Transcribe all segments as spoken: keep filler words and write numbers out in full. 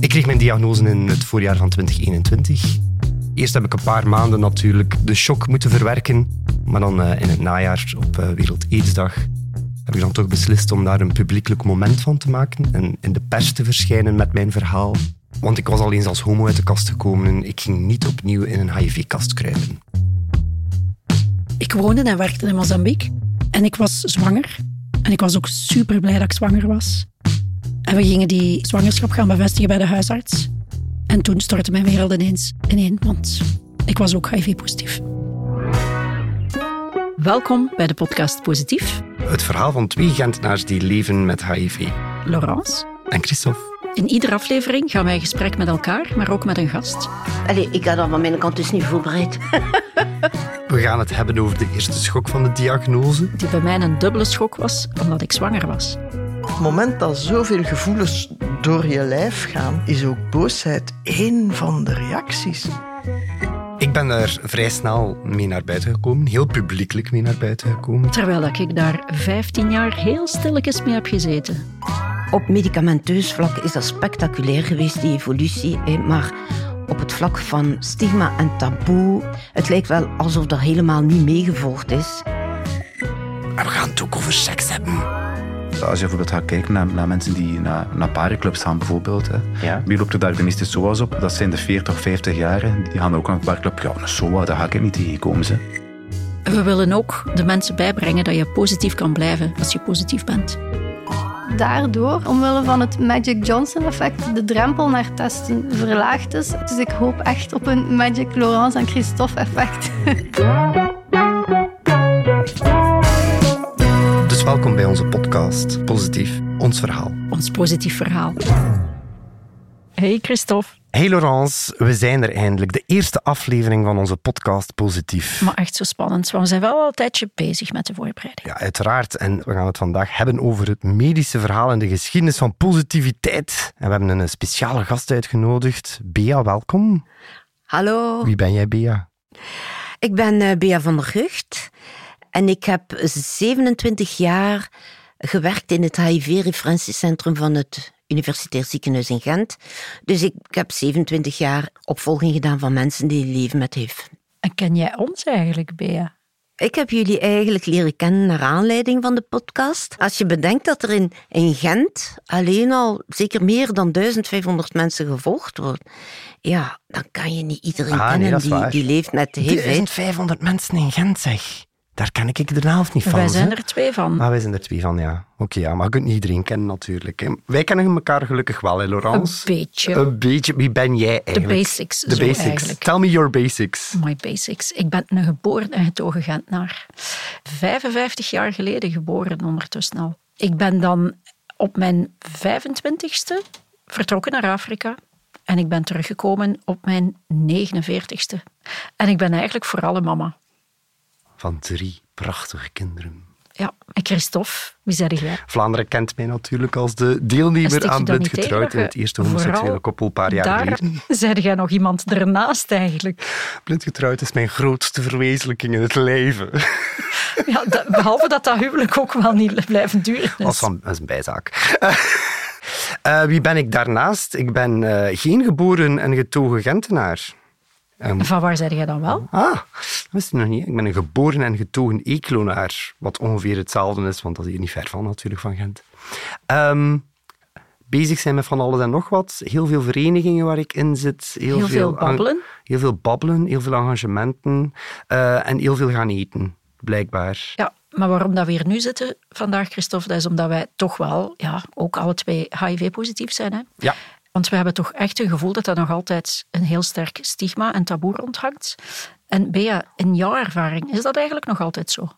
Ik kreeg mijn diagnose in het voorjaar van twintig eenentwintig. Eerst heb ik een paar maanden natuurlijk de shock moeten verwerken. Maar dan uh, in het najaar op uh, Wereld-Aidsdag heb ik dan toch beslist om daar een publiekelijk moment van te maken en in de pers te verschijnen met mijn verhaal. Want ik was al eens als homo uit de kast gekomen en ik ging niet opnieuw in een H I V-kast kruipen. Ik woonde en werkte in Mozambique en ik was zwanger. En ik was ook super blij dat ik zwanger was. En we gingen die zwangerschap gaan bevestigen bij de huisarts. En toen stortte mijn wereld ineens ineen, want ik was ook H I V-positief. Welkom bij de podcast Positief. Het verhaal van twee Gentenaars die leven met H I V. Laurence. En Christophe. In iedere aflevering gaan wij in gesprek met elkaar, maar ook met een gast. Allee, ik had dat van mijn kant dus niet voorbereid. We gaan het hebben over de eerste schok van de diagnose. Die bij mij een dubbele schok was, omdat ik zwanger was. Op het moment dat zoveel gevoelens door je lijf gaan, is ook boosheid één van de reacties. Ik ben daar vrij snel mee naar buiten gekomen, heel publiekelijk mee naar buiten gekomen. Terwijl ik daar vijftien jaar heel stilletjes mee heb gezeten. Op medicamenteus vlak is dat spectaculair geweest, die evolutie. Maar op het vlak van stigma en taboe, het lijkt wel alsof dat helemaal niet meegevolgd is. En we gaan het ook over seks hebben. Als je bijvoorbeeld gaat kijken naar, naar mensen die naar, naar parenclubs gaan bijvoorbeeld. Hè. Ja. Wie loopt er daar de meeste S O A's op? Dat zijn de veertig, vijftig jaren. Die gaan ook naar een parenclub. Ja, een S O A, daar ga ik niet tegenkomen. Ze. We willen ook de mensen bijbrengen dat je positief kan blijven als je positief bent. Daardoor, omwille van het Magic Johnson-effect, de drempel naar testen verlaagd is. Dus ik hoop echt op een Magic Laurence en Christophe-effect. Dus welkom bij onze podcast Positief, ons verhaal. Ons positief verhaal. Hey Christophe. Hey Laurence, we zijn er eindelijk. De eerste aflevering van onze podcast Positief. Maar echt zo spannend, want we zijn wel al een tijdje bezig met de voorbereiding. Ja, uiteraard. En we gaan het vandaag hebben over het medische verhaal en de geschiedenis van positiviteit. En we hebben een speciale gast uitgenodigd. Bea, welkom. Hallo. Wie ben jij, Bea? Ik ben uh, Bea van der Gucht. En ik heb zevenentwintig jaar gewerkt in het H I V-referentiecentrum van het Universitair Ziekenhuis in Gent. Dus ik heb zevenentwintig jaar opvolging gedaan van mensen die leven met H I V. En ken jij ons eigenlijk, Bea? Ik heb jullie eigenlijk leren kennen naar aanleiding van de podcast. Als je bedenkt dat er in, in Gent alleen al zeker meer dan duizend vijfhonderd mensen gevolgd wordt, ja, dan kan je niet iedereen Ah, kennen nee, die, die leeft met H I V. duizend vijfhonderd mensen in Gent, zeg. Daar ken ik de helft niet van. Wij zijn hè? er twee van. Maar wij zijn er twee van, ja. Oké, okay, ja, maar je kunt niet iedereen kennen natuurlijk. Hè. Wij kennen elkaar gelukkig wel, hè, Laurence? Een beetje. Een beetje. Wie ben jij eigenlijk? De basics. De zo basics. Eigenlijk. Tell me your basics. My basics. Ik ben een geboren en getogen Gentenaar. vijfenvijftig jaar geleden geboren ondertussen al. Ik ben dan op mijn vijfentwintigste vertrokken naar Afrika. En ik ben teruggekomen op mijn negenenveertigste. En ik ben eigenlijk vooral een mama. Van drie prachtige kinderen. Ja, en Christophe, wie zeg jij? Vlaanderen kent mij natuurlijk als de deelnemer aan Blind Getrouwd in het eerste homoseksuele koppel een paar jaar daar geleden. Zei jij nog iemand ernaast eigenlijk? Blind Getrouwd is mijn grootste verwezenlijking in het leven. Ja, dat, behalve dat dat huwelijk ook wel niet blijven duren is. Als van, dat is een bijzaak. uh, wie ben ik daarnaast? Ik ben uh, geen geboren en getogen Gentenaar. Um, Van waar zei jij dan wel? Ah, dat wist ik nog niet. Ik ben een geboren en getogen Eeklonaar, wat ongeveer hetzelfde is, want dat is hier niet ver van natuurlijk, van Gent. Um, bezig zijn met van alles en nog wat. Heel veel verenigingen waar ik in zit. Heel, heel veel, veel babbelen. An- heel veel babbelen, heel veel engagementen uh, en heel veel gaan eten, blijkbaar. Ja, maar waarom dat we hier nu zitten vandaag, Christophe, dat is omdat wij toch wel ja, ook alle twee H I V-positief zijn. Hè? Ja. Want we hebben toch echt een gevoel dat er nog altijd een heel sterk stigma en taboe rondhangt. En Bea, in jouw ervaring, is dat eigenlijk nog altijd zo?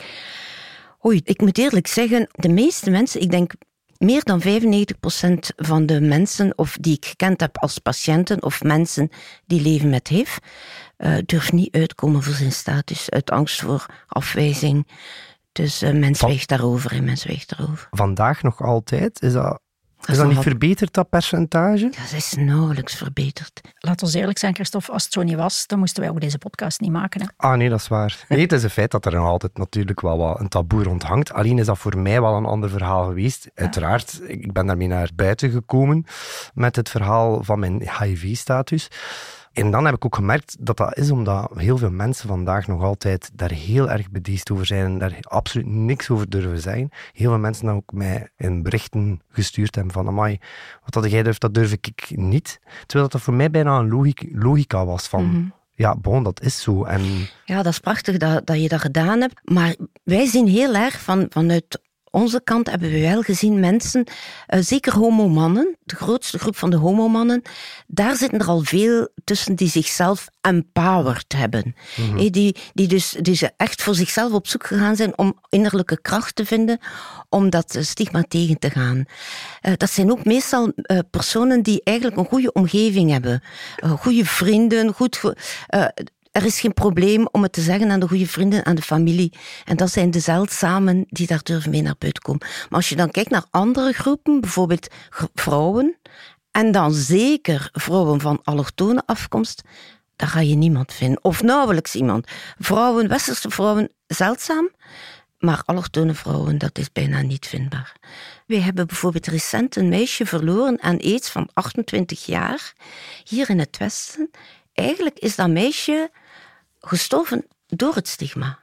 Oei, ik moet eerlijk zeggen, de meeste mensen, ik denk meer dan vijfennegentig procent van de mensen of die ik gekend heb als patiënten of mensen die leven met H I V, uh, durft niet uitkomen voor zijn status uit angst voor afwijzing. Dus uh, men zwijgt daarover en men zwijgt daarover. Vandaag nog altijd, is dat Dat is dat niet verbeterd, dat percentage? Ja, dat is nauwelijks verbeterd. Laat ons eerlijk zijn, Christophe, als het zo niet was, dan moesten wij ook deze podcast niet maken. Hè? Ah nee, dat is waar. Nee, het is een feit dat er nog altijd natuurlijk wel wat een taboe rond hangt. Alleen is dat voor mij wel een ander verhaal geweest. Ja. Uiteraard, ik ben daarmee naar buiten gekomen met het verhaal van mijn H I V-status. En dan heb ik ook gemerkt dat dat is omdat heel veel mensen vandaag nog altijd daar heel erg bedeesd over zijn en daar absoluut niks over durven zeggen. Heel veel mensen dan ook mij in berichten gestuurd hebben van amai, wat dat jij durft, dat durf ik niet. Terwijl dat, dat voor mij bijna een logica, logica was van... Mm-hmm. Ja, bon, dat is zo. En... Ja, dat is prachtig dat, dat je dat gedaan hebt. Maar wij zien heel erg van, vanuit onze kant hebben we wel gezien mensen, uh, zeker homomannen, de grootste groep van de homomannen, daar zitten er al veel tussen die zichzelf empowered hebben. Mm-hmm. Hey, die, die dus die ze echt voor zichzelf op zoek gegaan zijn om innerlijke kracht te vinden om dat stigma tegen te gaan. Uh, dat zijn ook meestal uh, personen die eigenlijk een goede omgeving hebben. Uh, goede vrienden, goed... Go- uh, Er is geen probleem om het te zeggen aan de goede vrienden, aan de familie. En dat zijn de zeldzamen die daar durven mee naar buiten komen. Maar als je dan kijkt naar andere groepen, bijvoorbeeld vrouwen, en dan zeker vrouwen van allochtone afkomst, daar ga je niemand vinden. Of nauwelijks iemand. Vrouwen, westerse vrouwen, zeldzaam, maar allochtone vrouwen, dat is bijna niet vindbaar. Wij hebben bijvoorbeeld recent een meisje verloren aan aids van achtentwintig jaar, hier in het Westen. Eigenlijk is dat meisje gestorven door het stigma.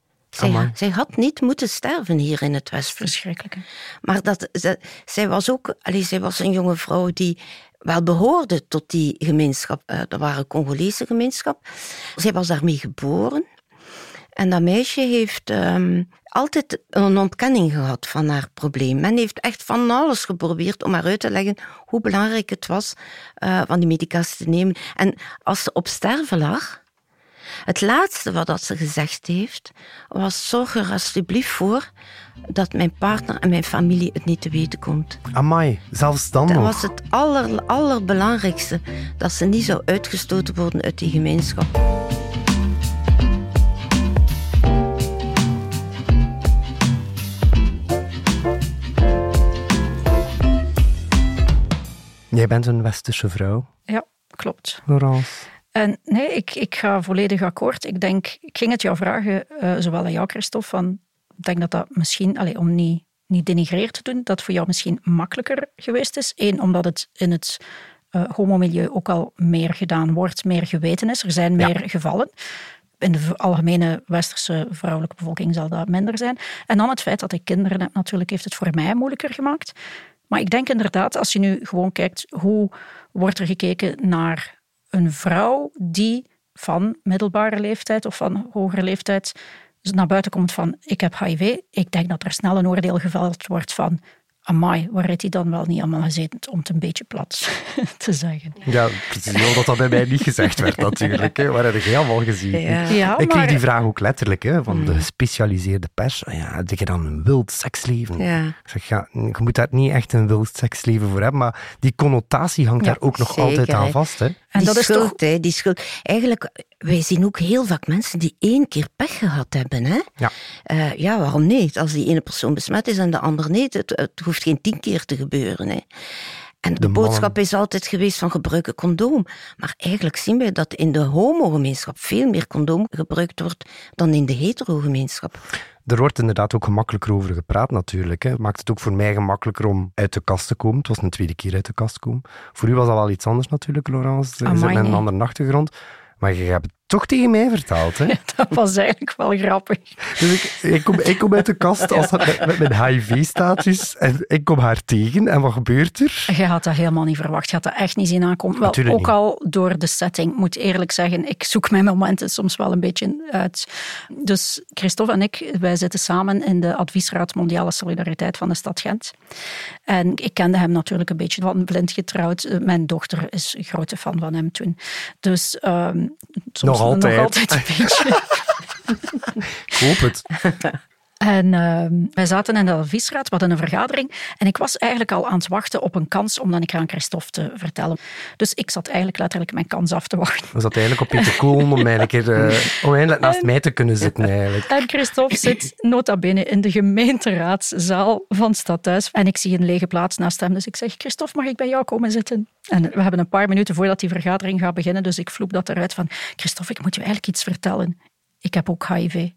Zij, zij had niet moeten sterven hier in het Westen. Verschrikkelijk. Hè? Maar dat, ze, zij was ook, allee, zij was een jonge vrouw die wel behoorde tot die gemeenschap. Uh, dat waren een Congolese gemeenschap. Zij was daarmee geboren. En dat meisje heeft um, altijd een ontkenning gehad van haar probleem. Men heeft echt van alles geprobeerd om haar uit te leggen hoe belangrijk het was uh, van die medicatie te nemen. En als ze op sterven lag, het laatste wat dat ze gezegd heeft, was: zorg er alsjeblieft voor dat mijn partner en mijn familie het niet te weten komt. Amai, zelfs dan dat nog? Dat was het aller, allerbelangrijkste, dat ze niet zou uitgestoten worden uit die gemeenschap. Jij bent een westerse vrouw. Ja, klopt. Laurence? En nee, ik, ik ga volledig akkoord. Ik denk, ik ging het jou vragen, uh, zowel aan jou, Christophe, van, ik denk dat dat misschien, allez, om niet, niet denigreerd te doen, dat voor jou misschien makkelijker geweest is. Eén, omdat het in het uh, homomilieu ook al meer gedaan wordt, meer geweten is. Er zijn meer ja. gevallen. In de algemene westerse vrouwelijke bevolking zal dat minder zijn. En dan het feit dat ik kinderen heb, natuurlijk heeft het voor mij moeilijker gemaakt. Maar ik denk inderdaad, als je nu gewoon kijkt, hoe wordt er gekeken naar een vrouw die van middelbare leeftijd of van hogere leeftijd naar buiten komt van ik heb H I V. Ik denk dat er snel een oordeel geveld wordt van amai, waar heeft hij dan wel niet allemaal gezeten, om het een beetje plat te zeggen. Ja, precies, omdat dat bij mij niet gezegd werd natuurlijk. Hè. Waar heb je allemaal gezien? Ja. Ja, ik kreeg maar... die vraag ook letterlijk hè, van mm. de gespecialiseerde pers. Ja, heb je dan een wild seksleven? Ja. Ik zeg, ja, je moet daar niet echt een wild seksleven voor hebben, maar die connotatie hangt ja, daar ook nog zeker, altijd aan vast. Hè. En die dat schuld, is toch... hè, die schuld. Eigenlijk, wij zien ook heel vaak mensen die één keer pech gehad hebben. Hè? Ja. Uh, ja, waarom niet? Als die ene persoon besmet is en de ander niet, het, het hoeft geen tien keer te gebeuren. Hè? En de, de boodschap mannen. is altijd geweest van gebruik een condoom. Maar eigenlijk zien wij dat in de homo-gemeenschap veel meer condoom gebruikt wordt dan in de hetero-gemeenschap. Er wordt inderdaad ook gemakkelijker over gepraat natuurlijk. Het maakt het ook voor mij gemakkelijker om uit de kast te komen. Het was een tweede keer uit de kast komen. Voor u was dat wel iets anders natuurlijk, Laurence. Je zit met een andere achtergrond. Maar je hebt het toch tegen mij verteld, hè? Ja, dat was eigenlijk wel grappig. Dus ik, ik, kom, ik kom uit de kast als, met, met mijn H I V-status en ik kom haar tegen. En wat gebeurt er? Je had dat helemaal niet verwacht. Je had dat echt niet zien aankomen. Wel, ook niet. Al door de setting, moet eerlijk zeggen, ik zoek mijn momenten soms wel een beetje uit. Dus Christophe en ik, wij zitten samen in de Adviesraad Mondiale Solidariteit van de stad Gent. En ik kende hem natuurlijk een beetje van blind getrouwd. Mijn dochter is een grote fan van hem toen. Dus um, soms nog altijd, nog altijd een beetje. Ik hoop het. En uh, wij zaten in de adviesraad, we hadden een vergadering en ik was eigenlijk al aan het wachten op een kans om dan ik aan Christophe te vertellen. Dus ik zat eigenlijk letterlijk mijn kans af te wachten. We zaten eigenlijk op Peter Kool om eigenlijk, uh, om eigenlijk naast en, mij te kunnen zitten. Eigenlijk. En Christophe zit nota bene in de gemeenteraadszaal van Stadhuis en ik zie een lege plaats naast hem. Dus ik zeg, Christophe, mag ik bij jou komen zitten? En we hebben een paar minuten voordat die vergadering gaat beginnen, dus ik vloep dat eruit van, Christophe, ik moet je eigenlijk iets vertellen. Ik heb ook H I V.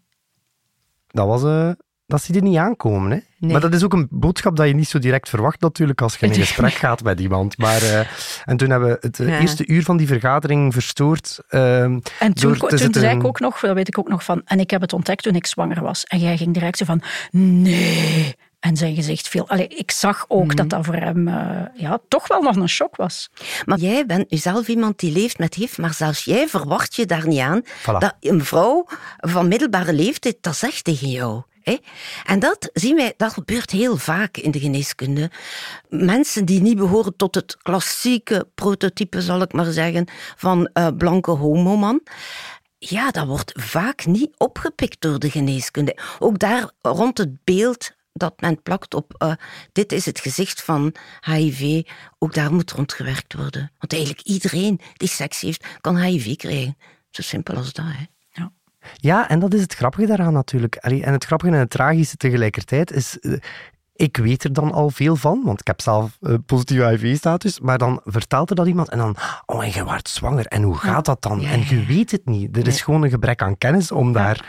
Dat was... Uh, dat zie je niet aankomen. Hè? Nee. Maar dat is ook een boodschap dat je niet zo direct verwacht natuurlijk als je in een gesprek gaat met iemand. Maar, uh, en toen hebben we het ja. eerste uur van die vergadering verstoord. Uh, en toen, toen zitten... zei ik ook nog, dat weet ik ook nog van, en ik heb het ontdekt toen ik zwanger was. En jij ging direct zo van, nee... En zijn gezicht viel. Allee, ik zag ook mm. dat dat voor hem uh, ja, toch wel nog een shock was. Maar jij bent nu zelf iemand die leeft met H I V, maar zelfs jij verwacht je daar niet aan voilà. dat een vrouw van middelbare leeftijd dat zegt tegen jou. Hè? En dat zien wij, dat gebeurt heel vaak in de geneeskunde. Mensen die niet behoren tot het klassieke prototype, zal ik maar zeggen, van uh, blanke homoman. Ja, dat wordt vaak niet opgepikt door de geneeskunde. Ook daar rond het beeld dat men plakt op, uh, dit is het gezicht van H I V, ook daar moet rond gewerkt worden. Want eigenlijk iedereen die seks heeft, kan H I V krijgen. Zo simpel als dat, hè. Ja. Ja, en dat is het grappige daaraan natuurlijk. En het grappige en het tragische tegelijkertijd is... Uh, ik weet er dan al veel van, want ik heb zelf uh, positieve H I V-status, maar dan vertelt er dat iemand en dan, oh, en je wordt zwanger. En hoe gaat dat dan? Ja, ja. En je weet het niet. Er is gewoon een gebrek aan kennis om ja. daar...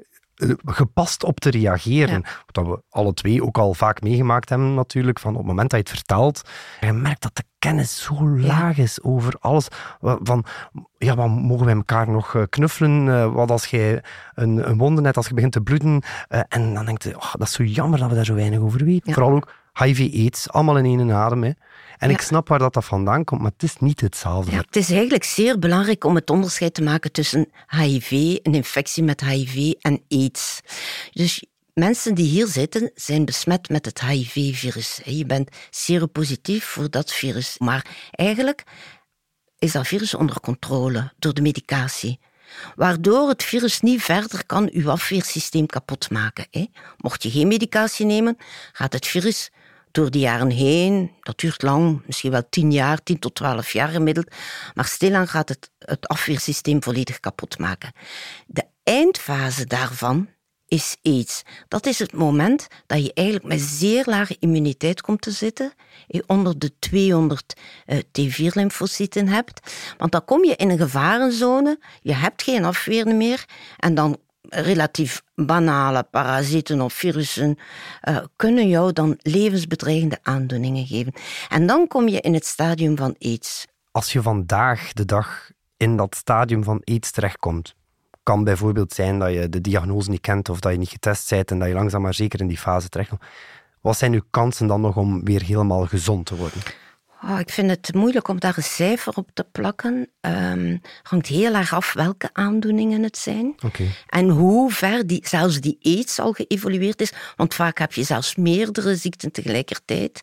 gepast op te reageren. Ja. Wat we alle twee ook al vaak meegemaakt hebben natuurlijk, van op het moment dat je het vertelt, je merkt dat de kennis zo laag is over alles. Van, ja, wat mogen wij elkaar nog knuffelen? Wat als jij een, een wonde net als je begint te bloeden? En dan denk je, oh, dat is zo jammer dat we daar zo weinig over weten. Ja. Vooral ook H I V-AIDS, allemaal in één adem. Hè. En ja. ik snap waar dat, dat vandaan komt, maar het is niet hetzelfde. Ja, het is eigenlijk zeer belangrijk om het onderscheid te maken tussen H I V, een infectie met H I V en AIDS. Dus mensen die hier zitten, zijn besmet met het H I V-virus. Je bent seropositief voor dat virus. Maar eigenlijk is dat virus onder controle door de medicatie. Waardoor het virus niet verder kan uw afweersysteem kapot maken. Mocht je geen medicatie nemen, gaat het virus door die jaren heen, dat duurt lang, misschien wel tien jaar, tien tot twaalf jaar gemiddeld, maar stilaan gaat het het afweersysteem volledig kapot maken. De eindfase daarvan is AIDS. Dat is het moment dat je eigenlijk met zeer lage immuniteit komt te zitten, je onder de tweehonderd uh, T vier lymfocyten hebt, want dan kom je in een gevarenzone, je hebt geen afweer meer en dan relatief banale parasieten of virussen uh, kunnen jou dan levensbedreigende aandoeningen geven. En dan kom je in het stadium van AIDS. Als je vandaag de dag in dat stadium van AIDS terechtkomt, kan bijvoorbeeld zijn dat je de diagnose niet kent of dat je niet getest bent en dat je langzaam maar zeker in die fase terechtkomt. Wat zijn uw kansen dan nog om weer helemaal gezond te worden? Oh, ik vind het moeilijk om daar een cijfer op te plakken. Um, het hangt heel erg af welke aandoeningen het zijn. Okay. En hoe ver die, zelfs die AIDS al geëvolueerd is. Want vaak heb je zelfs meerdere ziekten tegelijkertijd.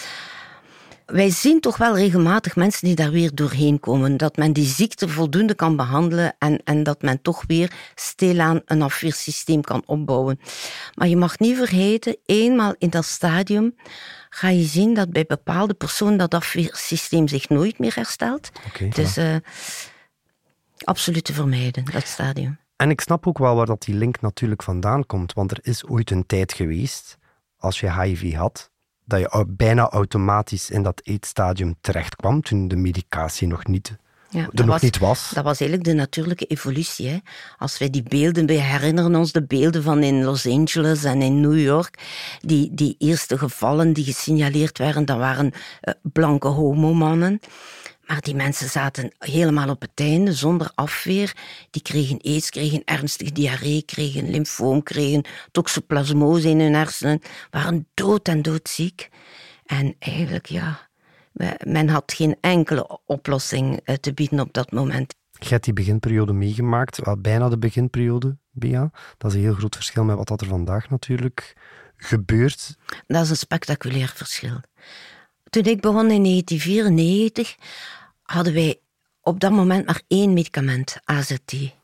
Wij zien toch wel regelmatig mensen die daar weer doorheen komen. Dat men die ziekte voldoende kan behandelen en, en dat men toch weer stilaan een afweersysteem kan opbouwen. Maar je mag niet vergeten, eenmaal in dat stadium ga je zien dat bij bepaalde personen dat afweersysteem zich nooit meer herstelt. Okay, dus ja. uh, absoluut te vermijden, dat stadium. En ik snap ook wel waar dat die link natuurlijk vandaan komt, want er is ooit een tijd geweest, als je H I V had, dat je bijna automatisch in dat AIDS-stadium terechtkwam, toen de medicatie nog niet, ja, er nog was, niet was. Dat was eigenlijk de natuurlijke evolutie. Hè. Als wij die beelden, wij herinneren ons de beelden van in Los Angeles en in New York, die, die eerste gevallen die gesignaleerd werden, dat waren uh, blanke homomannen. Maar die mensen zaten helemaal op het einde, zonder afweer. Die kregen aids, kregen ernstige diarree, kregen lymfoom, kregen toxoplasmose in hun hersenen, waren dood en doodziek. En eigenlijk, ja, men had geen enkele oplossing te bieden op dat moment. Je hebt die beginperiode meegemaakt, bijna de beginperiode, Bea. Dat is een heel groot verschil met wat er vandaag natuurlijk gebeurt. Dat is een spectaculair verschil. Toen ik begon in negentien vierennegentig, hadden wij op dat moment maar één medicament, A Z T.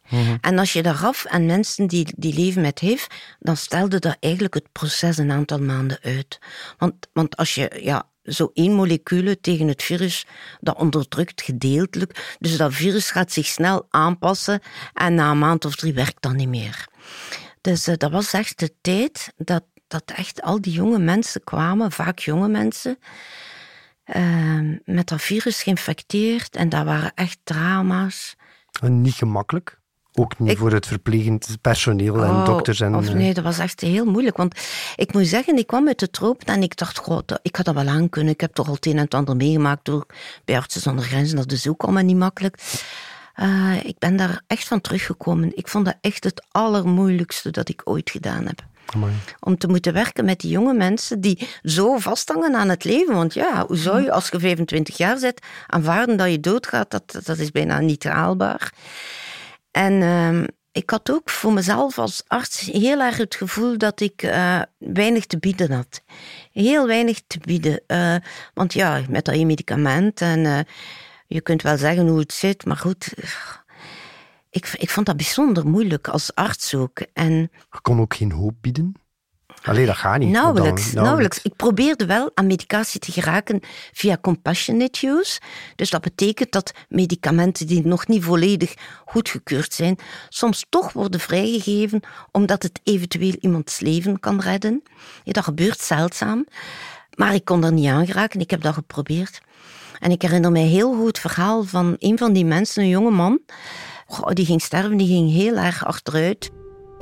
Mm-hmm. En als je daaraf, en mensen die, die leven met H I V, dan stelde dat eigenlijk het proces een aantal maanden uit. Want, want als je... ja, zo één molecuul tegen het virus, dat onderdrukt gedeeltelijk. Dus dat virus gaat zich snel aanpassen en na een maand of drie werkt dat niet meer. Dus uh, dat was echt de tijd dat, dat echt al die jonge mensen kwamen, vaak jonge mensen, uh, met dat virus geïnfecteerd. En dat waren echt drama's. En niet gemakkelijk? Ook niet ik, voor het verplegend personeel en oh, dokters? En, of nee, dat was echt heel moeilijk. Want ik moet zeggen, ik kwam uit de tropen en ik dacht, goh, dat, ik had dat wel aan kunnen. Ik heb toch al het een en het ander meegemaakt door, bij Artsen zonder Grenzen. Dat is ook allemaal niet makkelijk. Uh, ik ben daar echt van teruggekomen. Ik vond dat echt het allermoeilijkste dat ik ooit gedaan heb. Amai. Om te moeten werken met die jonge mensen die zo vasthangen aan het leven. Want ja, hoe zou je als je vijfentwintig jaar bent aanvaarden dat je doodgaat? Dat, dat is bijna niet haalbaar. En uh, ik had ook voor mezelf als arts heel erg het gevoel dat ik uh, weinig te bieden had. Heel weinig te bieden. Uh, want ja, met dat je medicament en uh, je kunt wel zeggen hoe het zit, maar goed... Ik, ik vond dat bijzonder moeilijk, als arts ook. En je kon ook geen hoop bieden? Allee, dat gaat niet. Nauwelijks, dan, nauwelijks. nauwelijks. Ik probeerde wel aan medicatie te geraken via compassionate use. Dus dat betekent dat medicamenten die nog niet volledig goedgekeurd zijn, soms toch worden vrijgegeven, omdat het eventueel iemands leven kan redden. Ja, dat gebeurt zeldzaam. Maar ik kon er niet aan geraken, ik heb dat geprobeerd. En ik herinner mij heel goed het verhaal van een van die mensen, een jonge man. Goh, die ging sterven, die ging heel erg achteruit.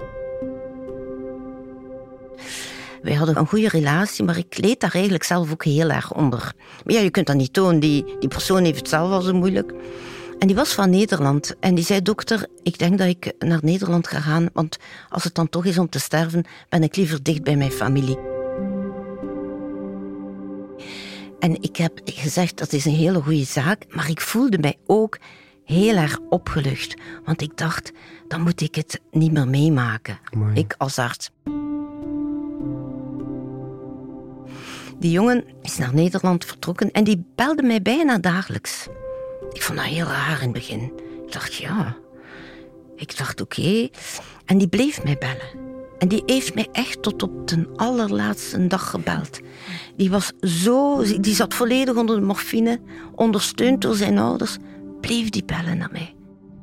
Wij hadden een goede relatie, maar ik leed daar eigenlijk zelf ook heel erg onder. Maar ja, je kunt dat niet tonen, die, die persoon heeft het zelf al zo moeilijk. En die was van Nederland. En die zei, dokter, ik denk dat ik naar Nederland ga gaan, want als het dan toch is om te sterven, ben ik liever dicht bij mijn familie. En ik heb gezegd, dat is een hele goede zaak, maar ik voelde mij ook heel erg opgelucht. Want ik dacht, dan moet ik het niet meer meemaken. Amai. Ik als arts. Die jongen is naar Nederland vertrokken en die belde mij bijna dagelijks. Ik vond dat heel raar in het begin. Ik dacht, ja. Ik dacht, oké. Okay. En die bleef mij bellen. En die heeft mij echt tot op de allerlaatste dag gebeld. Die was zo... Die zat volledig onder de morfine, ondersteund door zijn ouders. Bleef die bellen naar mij.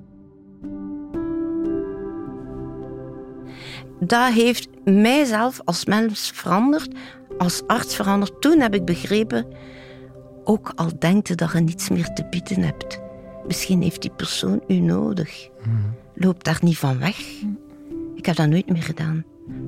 Dat heeft mijzelf als mens veranderd, als arts veranderd. Toen heb ik begrepen, ook al denkt je dat je niets meer te bieden hebt, misschien heeft die persoon u nodig. Mm. Loop daar niet van weg. Ik heb dat nooit meer gedaan.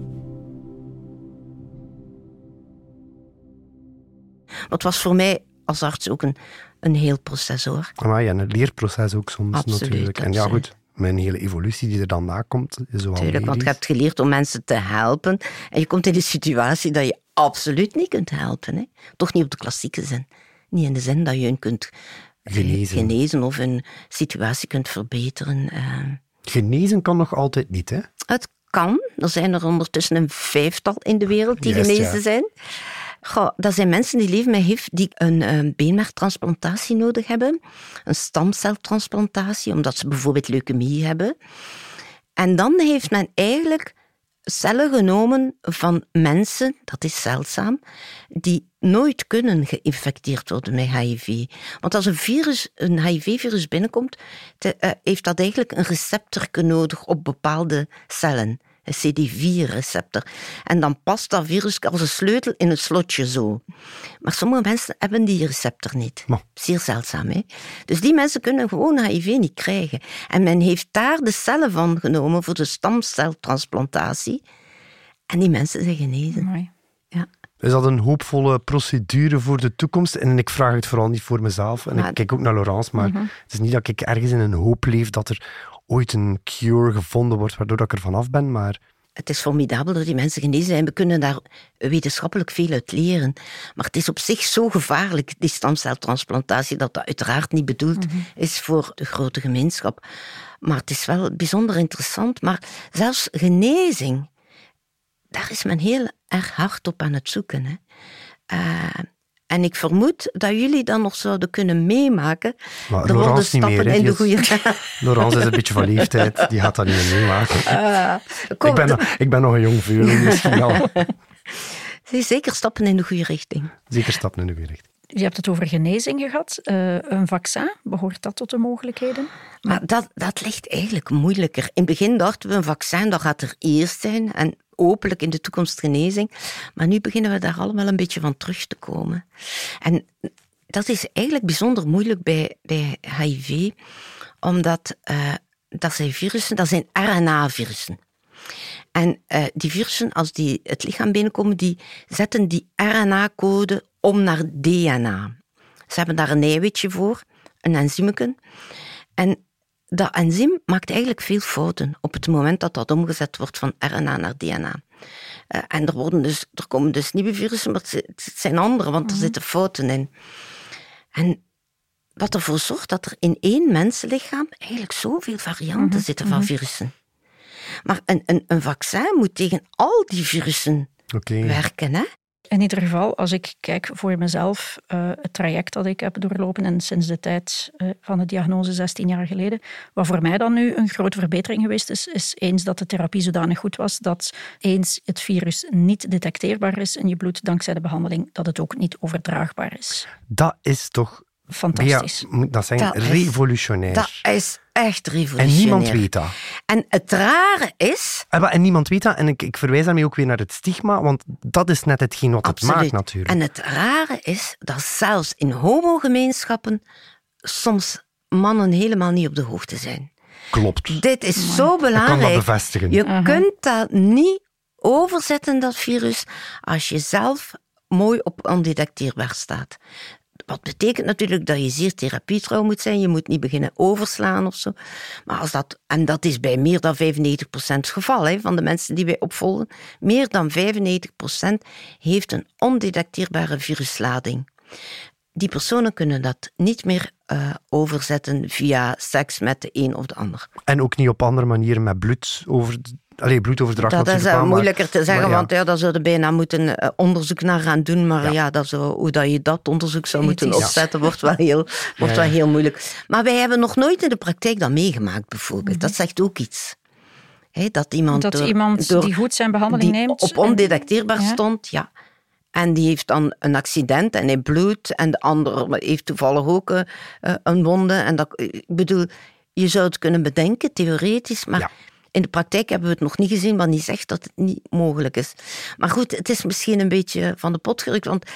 Maar het was voor mij als arts ook een, een heel proces, hoor. Maar ja, een leerproces ook soms. Absoluut, natuurlijk. En ja, goed, mijn hele evolutie die er dan nakomt, is wel Tuurlijk, want je hebt geleerd om mensen te helpen. En je komt in een situatie dat je absoluut niet kunt helpen. Hè? Toch niet op de klassieke zin. Niet in de zin dat je hen kunt genezen, genezen of een situatie kunt verbeteren. Uh... Genezen kan nog altijd niet, hè? Het kan. Er zijn er ondertussen een vijftal in de wereld die Juist, genezen ja. zijn. Goh, dat zijn mensen die leven met H I V die een, een beenmergtransplantatie nodig hebben. Een stamceltransplantatie, omdat ze bijvoorbeeld leukemie hebben. En dan heeft men eigenlijk cellen genomen van mensen, dat is zeldzaam, die nooit kunnen geïnfecteerd worden met H I V. Want als een virus, een H I V-virus binnenkomt, te, uh, heeft dat eigenlijk een receptor nodig op bepaalde cellen. Een C D vier receptor. En dan past dat virus als een sleutel in het slotje zo. Maar sommige mensen hebben die receptor niet. Oh. Zeer zeldzaam, hè? Dus die mensen kunnen gewoon H I V niet krijgen. En men heeft daar de cellen van genomen voor de stamceltransplantatie. En die mensen zijn genezen. Mooi. Ja. Is dat een hoopvolle procedure voor de toekomst? En ik vraag het vooral niet voor mezelf. En maar, ik kijk ook naar Laurence, maar mm-hmm. het is niet dat ik ergens in een hoop leef dat er ooit een cure gevonden wordt, waardoor ik er vanaf ben, maar... Het is formidabel dat die mensen genezen zijn. We kunnen daar wetenschappelijk veel uit leren. Maar het is op zich zo gevaarlijk, die stamceltransplantatie, dat dat uiteraard niet bedoeld mm-hmm. is voor de grote gemeenschap. Maar het is wel bijzonder interessant. Maar zelfs genezing, daar is men heel erg hard op aan het zoeken. Hè. Uh, En ik vermoed dat jullie dan nog zouden kunnen meemaken. Maar er worden Laurence niet stappen meer, hè. in de Die is- goede... Laurence is een beetje van leeftijd, die gaat dat niet meer meemaken. Uh, kom, ik, ben nog, ik ben nog een jong vuur, misschien al. Zeker stappen in de goede richting. Zeker stappen in de goede richting. Je hebt het over genezing gehad. Uh, een vaccin, behoort dat tot de mogelijkheden? Maar dat, dat ligt eigenlijk moeilijker. In het begin dachten we, een vaccin dat gaat er eerst zijn en hopelijk in de toekomst genezing. Maar nu beginnen we daar allemaal een beetje van terug te komen. En dat is eigenlijk bijzonder moeilijk bij, bij H I V, omdat uh, dat zijn virussen, dat zijn R N A-virussen. En uh, die virussen, als die het lichaam binnenkomen, die zetten die R N A-code om naar D N A. Ze hebben daar een eiwitje voor, een enzymetje. En dat enzym maakt eigenlijk veel fouten op het moment dat dat omgezet wordt van R N A naar D N A. Uh, en er, worden dus, er komen dus nieuwe virussen, maar het zijn andere, want er mm-hmm. zitten fouten in. En wat ervoor zorgt dat er in één mensenlichaam eigenlijk zoveel varianten mm-hmm. zitten van virussen. Maar een, een, een vaccin moet tegen al die virussen okay. werken, hè? In ieder geval, als ik kijk voor mezelf, uh, het traject dat ik heb doorlopen en sinds de tijd uh, van de diagnose zestien jaar geleden, wat voor mij dan nu een grote verbetering geweest is, is eens dat de therapie zodanig goed was dat eens het virus niet detecteerbaar is in je bloed dankzij de behandeling, dat het ook niet overdraagbaar is. Dat is toch... Fantastisch. Ja, moet dat zijn dat revolutionair. Is, dat is echt revolutionair. En niemand weet dat. En het rare is... En, en niemand weet dat. En ik, ik verwijs daarmee ook weer naar het stigma, want dat is net hetgeen wat Absoluut. het maakt natuurlijk. En het rare is dat zelfs in homogemeenschappen soms mannen helemaal niet op de hoogte zijn. Klopt. Dit is Mooi. zo belangrijk. Ik kan dat bevestigen. Je uh-huh. kunt dat niet overzetten, dat virus, als je zelf mooi op ondetecteerbaar staat. Wat betekent natuurlijk dat je zeer therapietrouw moet zijn. Je moet niet beginnen overslaan of zo. Maar als dat, en dat is bij meer dan vijfennegentig procent het geval hè, van de mensen die wij opvolgen. Meer dan vijfennegentig procent heeft een ondetecteerbare viruslading. Die personen kunnen dat niet meer uh, overzetten via seks met de een of de ander. En ook niet op andere manieren met bloed over... Allee, bloedoverdracht. Dat is uh, moeilijker te zeggen, maar, ja. want ja, daar zouden bijna moeten uh, onderzoek naar gaan doen. Maar ja, ja dat zo, hoe dat je dat onderzoek zou moeten opzetten, ja. wordt, wel heel, wordt ja, ja. wel heel moeilijk. Maar wij hebben nog nooit in de praktijk dat meegemaakt, bijvoorbeeld. Mm-hmm. Dat zegt ook iets. He, dat iemand, dat door, iemand door, die goed zijn behandeling die neemt. op ondetecteerbaar en, ja. stond, ja. En die heeft dan een accident en hij bloedt. En de ander heeft toevallig ook uh, een wonde. En dat, ik bedoel, je zou het kunnen bedenken, theoretisch, maar... Ja. In de praktijk hebben we het nog niet gezien, wat niet zegt dat het niet mogelijk is. Maar goed, het is misschien een beetje van de pot gerukt, want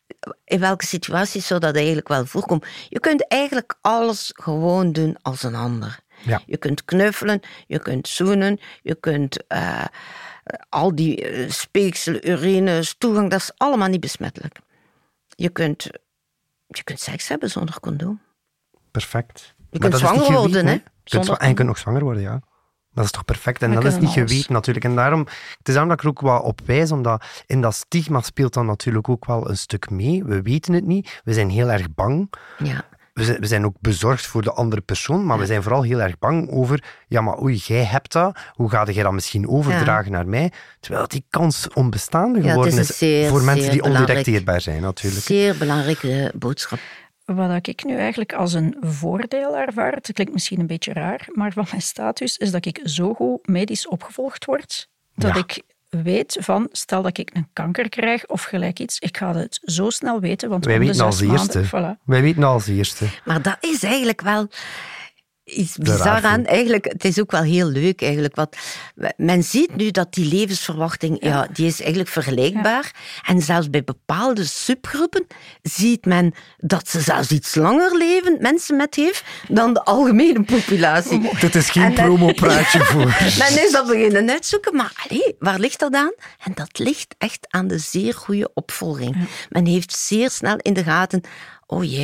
in welke situaties zou dat eigenlijk wel voorkomen? Je kunt eigenlijk alles gewoon doen als een ander. Ja. Je kunt knuffelen, je kunt zoenen, je kunt uh, al die uh, speeksel, urine, toegang, dat is allemaal niet besmettelijk. Je kunt, je kunt seks hebben zonder condoom. Perfect. Je kunt zwanger worden, hè? Je kunt, en je kunt nog zwanger worden, ja. Dat is toch perfect? En we dat is niet alles. geweten natuurlijk. En daarom, het is daarom dat ik er ook wat op wijs, omdat in dat stigma speelt dan natuurlijk ook wel een stuk mee. We weten het niet. We zijn heel erg bang. Ja. We zijn, we zijn ook bezorgd voor de andere persoon, maar ja. we zijn vooral heel erg bang over, ja, maar oei, jij hebt dat, hoe ga jij dat misschien overdragen ja. naar mij? Terwijl die kans onbestaande geworden ja, is, is zeer, voor mensen die ondetecteerbaar zijn natuurlijk. Zeer belangrijke boodschap. Wat ik nu eigenlijk als een voordeel ervaar, het klinkt misschien een beetje raar, maar van mijn status is dat ik zo goed medisch opgevolgd word, dat ja. ik weet van, stel dat ik een kanker krijg of gelijk iets, ik ga het zo snel weten, want wij weten als eerste. Voilà. Wij weten als eerste. Maar dat is eigenlijk wel iets bizar aan. Eigenlijk, het is ook wel heel leuk eigenlijk. Want men ziet nu dat die levensverwachting, ja. Ja, die is eigenlijk vergelijkbaar. Ja. En zelfs bij bepaalde subgroepen ziet men dat ze zelfs iets langer leven, mensen met H I V, dan de algemene populatie. Oh, dit is geen promopraatje voor. Men is dat beginnen uitzoeken, maar allee, waar ligt dat aan? En dat ligt echt aan de zeer goede opvolging. Ja. Men heeft zeer snel in de gaten, oh jij,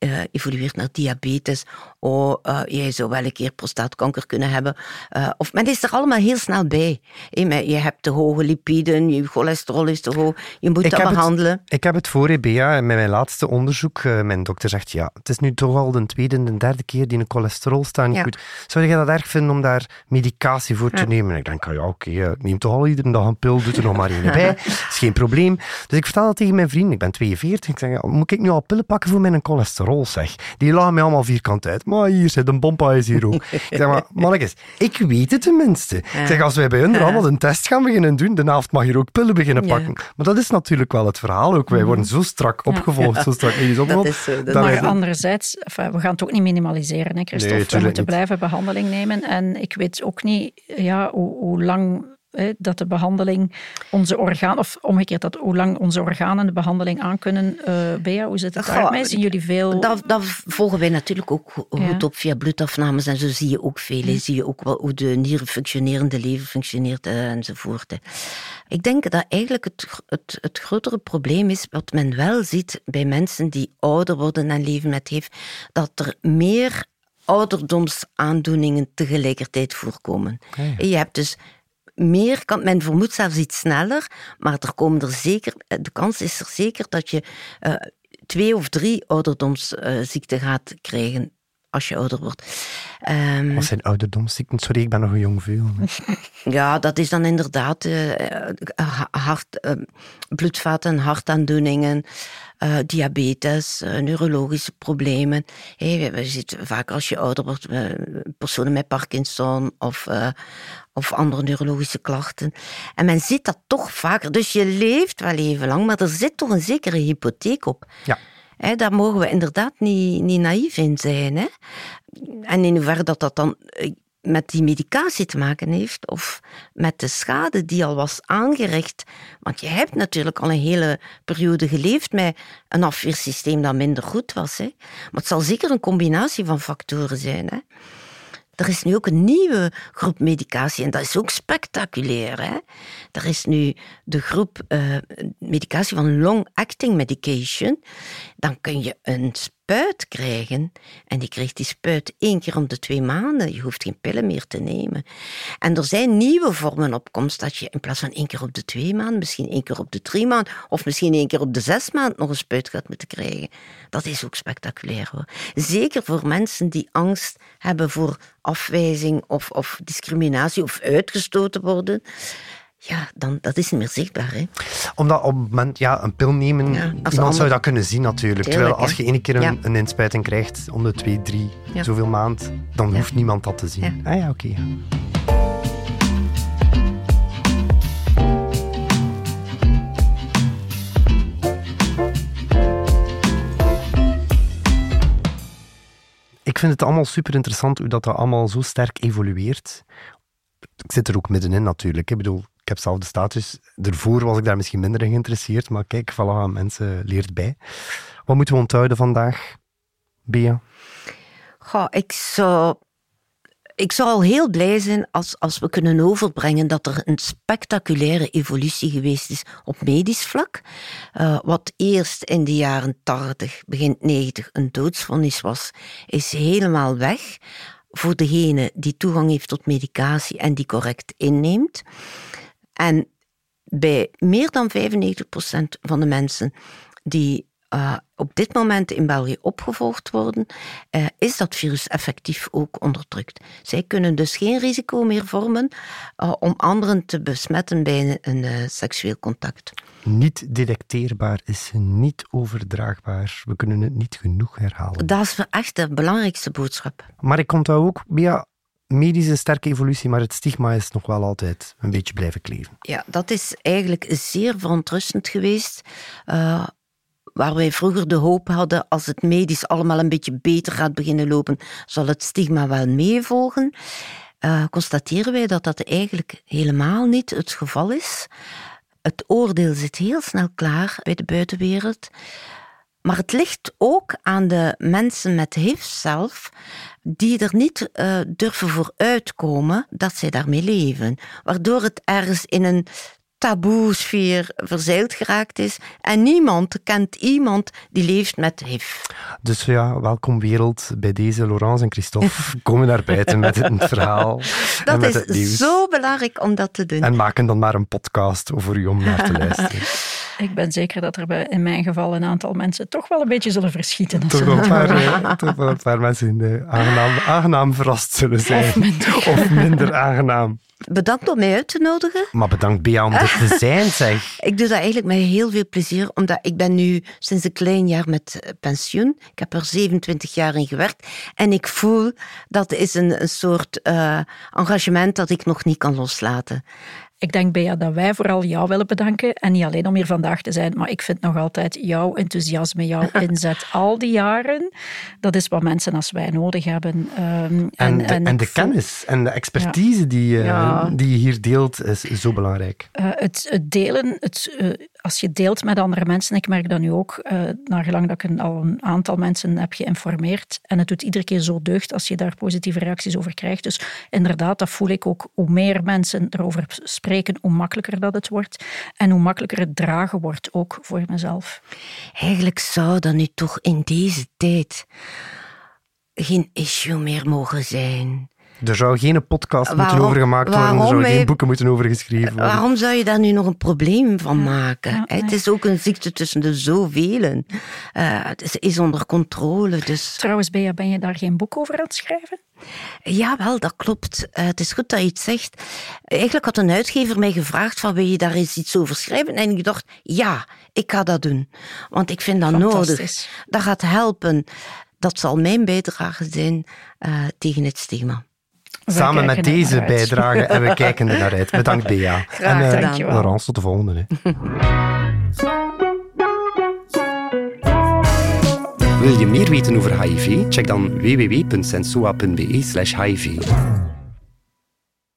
uh, evolueert naar diabetes. Oh, uh, jij zou wel een keer prostaatkanker kunnen hebben. Uh, of men is er allemaal heel snel bij. Hey, je hebt te hoge lipiden, je cholesterol is te hoog, je moet ik dat behandelen. Het, ik heb het voor, hè, Bea, met mijn laatste onderzoek. Uh, mijn dokter zegt, ja, het is nu toch al de tweede en de derde keer die een cholesterol staat niet ja. goed. Zou je dat erg vinden om daar medicatie voor ja. te nemen? En ik denk, ja, oké, okay, neem toch al iedere dag een pil, doe er nog maar één bij. Dat is geen probleem. Dus ik vertel dat tegen mijn vriend, ik ben tweeënveertig. Ik zeg, ja, moet ik nu al pillen pakken voor mijn cholesterol, zeg? Die lagen mij allemaal vierkant uit. Maar hier zit een bompa is hier ook. Ik zeg, maar mannetjes, ik weet het tenminste. Ja. Ik zeg, als wij bij hun er allemaal een test gaan beginnen doen, de helft mag hier ook pillen beginnen pakken. Ja. Maar dat is natuurlijk wel het verhaal ook. Wij mm. worden zo strak opgevolgd, ja. zo strak medisch opgevolgd. Dat is zo, dat maar anderzijds, enfin, we gaan het ook niet minimaliseren, hè, Christophe. Nee, we moeten niet. blijven behandeling nemen. En ik weet ook niet ja, hoe, hoe lang... He, dat de behandeling onze organen, of omgekeerd, dat hoe lang onze organen de behandeling aankunnen. Uh, Bea, hoe zit het daarmee? Zien jullie veel... Dat, dat volgen wij natuurlijk ook goed ja. op via bloedafnames en zo zie je ook veel. Ja. Zie je ook wel hoe de nieren functioneren, de lever functioneert uh, enzovoort. Hè. Ik denk dat eigenlijk het, het, het grotere probleem is, wat men wel ziet bij mensen die ouder worden en leven met H I V, dat er meer ouderdomsaandoeningen tegelijkertijd voorkomen. Ja, ja. Je hebt dus meer, kan, men vermoedt zelfs iets sneller, maar er komen er zeker, de kans is er zeker dat je uh, twee of drie ouderdomsziekten uh, gaat krijgen als je ouder wordt. Um, Wat zijn ouderdomsziekten? Sorry, ik ben nog een jong veel. Ja, dat is dan inderdaad uh, hart, uh, bloedvaten en hartaandoeningen, uh, diabetes, uh, neurologische problemen. Hey, we zitten vaak als je ouder wordt, uh, personen met Parkinson of, uh, of andere neurologische klachten. En men ziet dat toch vaker. Dus je leeft wel even lang, maar er zit toch een zekere hypotheek op. Ja. He, daar mogen we inderdaad niet, niet naïef in zijn. Hè? En in hoeverre dat dat dan met die medicatie te maken heeft, of met de schade die al was aangericht. Want je hebt natuurlijk al een hele periode geleefd met een afweersysteem dat minder goed was. Hè? Maar het zal zeker een combinatie van factoren zijn. Hè? Er is nu ook een nieuwe groep medicatie en dat is ook spectaculair. Hè? Er is nu de groep uh, medicatie van long-acting medication. Dan kun je een spuit krijgen en die krijgt die spuit één keer om de twee maanden. Je hoeft geen pillen meer te nemen. En er zijn nieuwe vormen op komst dat je in plaats van één keer op de twee maanden, misschien één keer op de drie maanden of misschien één keer op de zes maanden nog een spuit gaat moeten krijgen. Dat is ook spectaculair hoor. Zeker voor mensen die angst hebben voor afwijzing of, of discriminatie of uitgestoten worden. Ja, dan, dat is niet meer zichtbaar. Hè? Omdat op het moment, ja, een pil nemen, ja, iemand ander... zou dat kunnen zien natuurlijk. Tuurlijk, terwijl als je één keer een, ja. een inspuiting krijgt, om de twee, drie, ja. zoveel maand, dan ja. hoeft niemand dat te zien. Ja. Ah ja, oké. Okay, ja. Ik vind het allemaal super interessant hoe dat, dat allemaal zo sterk evolueert. Ik zit er ook middenin natuurlijk. Ik bedoel, ik heb zelf de status. Daarvoor was ik daar misschien minder in geïnteresseerd, maar kijk, voilà, mensen leert bij. Wat moeten we onthouden vandaag, Bea? Goh, ik zou... Ik zou al heel blij zijn als, als we kunnen overbrengen dat er een spectaculaire evolutie geweest is op medisch vlak. Uh, wat eerst in de jaren tachtig, begin negentig een doodsvonnis was, is helemaal weg voor degene die toegang heeft tot medicatie en die correct inneemt. En bij meer dan vijfennegentig procent van de mensen die Uh, op dit moment in België opgevolgd worden, uh, is dat virus effectief ook onderdrukt. Zij kunnen dus geen risico meer vormen uh, om anderen te besmetten bij een, een uh, seksueel contact. Niet detecteerbaar is niet overdraagbaar. We kunnen het niet genoeg herhalen. Dat is echt de belangrijkste boodschap. Maar ik onthoud ook, ja, medisch een sterke evolutie, maar het stigma is nog wel altijd een beetje blijven kleven. Ja, dat is eigenlijk zeer verontrustend geweest. Uh, Waar wij vroeger de hoop hadden, als het medisch allemaal een beetje beter gaat beginnen lopen, zal het stigma wel meevolgen. Uh, constateren wij dat dat eigenlijk helemaal niet het geval is. Het oordeel zit heel snel klaar bij de buitenwereld. Maar het ligt ook aan de mensen met H I V zelf, die er niet uh, durven voor uitkomen dat zij daarmee leven. Waardoor het ergens in een taboesfeer verzeild geraakt is. En niemand kent iemand die leeft met H I V. Dus ja, welkom wereld bij deze. Laurence en Christophe komen naar buiten met het verhaal. Dat en met is het nieuws. zo belangrijk om dat te doen. En maken dan maar een podcast voor u om naar te luisteren. Ik ben zeker dat er bij, in mijn geval een aantal mensen toch wel een beetje zullen verschieten. Toch wel een paar, eh, toch wel een paar mensen in de aangenaam, aangenaam verrast zullen zijn. Of minder. Of minder aangenaam. Bedankt om mij uit te nodigen. Maar bedankt Bea om dit te zijn, zeg. Ik doe dat eigenlijk met heel veel plezier, omdat ik ben nu sinds een klein jaar met pensioen. Ik heb er zevenentwintig jaar in gewerkt. En ik voel dat is een, een soort uh, engagement dat ik nog niet kan loslaten. Ik denk, Bea, dat wij vooral jou willen bedanken. En niet alleen om hier vandaag te zijn, maar ik vind nog altijd jouw enthousiasme, jouw inzet al die jaren. Dat is wat mensen als wij nodig hebben. Um, en, en, de, en, en de voel, kennis en de expertise ja. die, uh, ja. die je hier deelt, is zo belangrijk. Uh, het, het delen, het, uh, als je deelt met andere mensen, ik merk dat nu ook, uh, naar gelang dat ik een, al een aantal mensen heb geïnformeerd. En het doet iedere keer zo deugd als je daar positieve reacties over krijgt. Dus inderdaad, dat voel ik ook. Hoe meer mensen erover spreken, hoe makkelijker dat het wordt en hoe makkelijker het dragen wordt, ook voor mezelf. Eigenlijk zou dat nu toch in deze tijd geen issue meer mogen zijn. Er zou geen podcast waarom, moeten over gemaakt worden, er zouden wij, geen boeken moeten over geschreven worden. Waarom zou je daar nu nog een probleem van ja, maken? Ja, nee. Het is ook een ziekte tussen de zoveel. Uh, het is onder controle. Dus... Trouwens, Bea, ben je daar geen boek over aan het schrijven? Ja, wel, dat klopt. Uh, het is goed dat je het zegt. Eigenlijk had een uitgever mij gevraagd van, wil je daar eens iets over schrijven? En ik dacht, ja, ik ga dat doen. Want ik vind dat nodig. Dat gaat helpen. Dat zal mijn bijdrage zijn uh, tegen het stigma. We Samen met deze bijdrage en we kijken er naar uit. Bedankt, Bea. Graag en, uh, gedaan. Laurence, tot de volgende. Wil je meer weten over H I V? Check dan w w w punt sensoa punt b e slash H I V.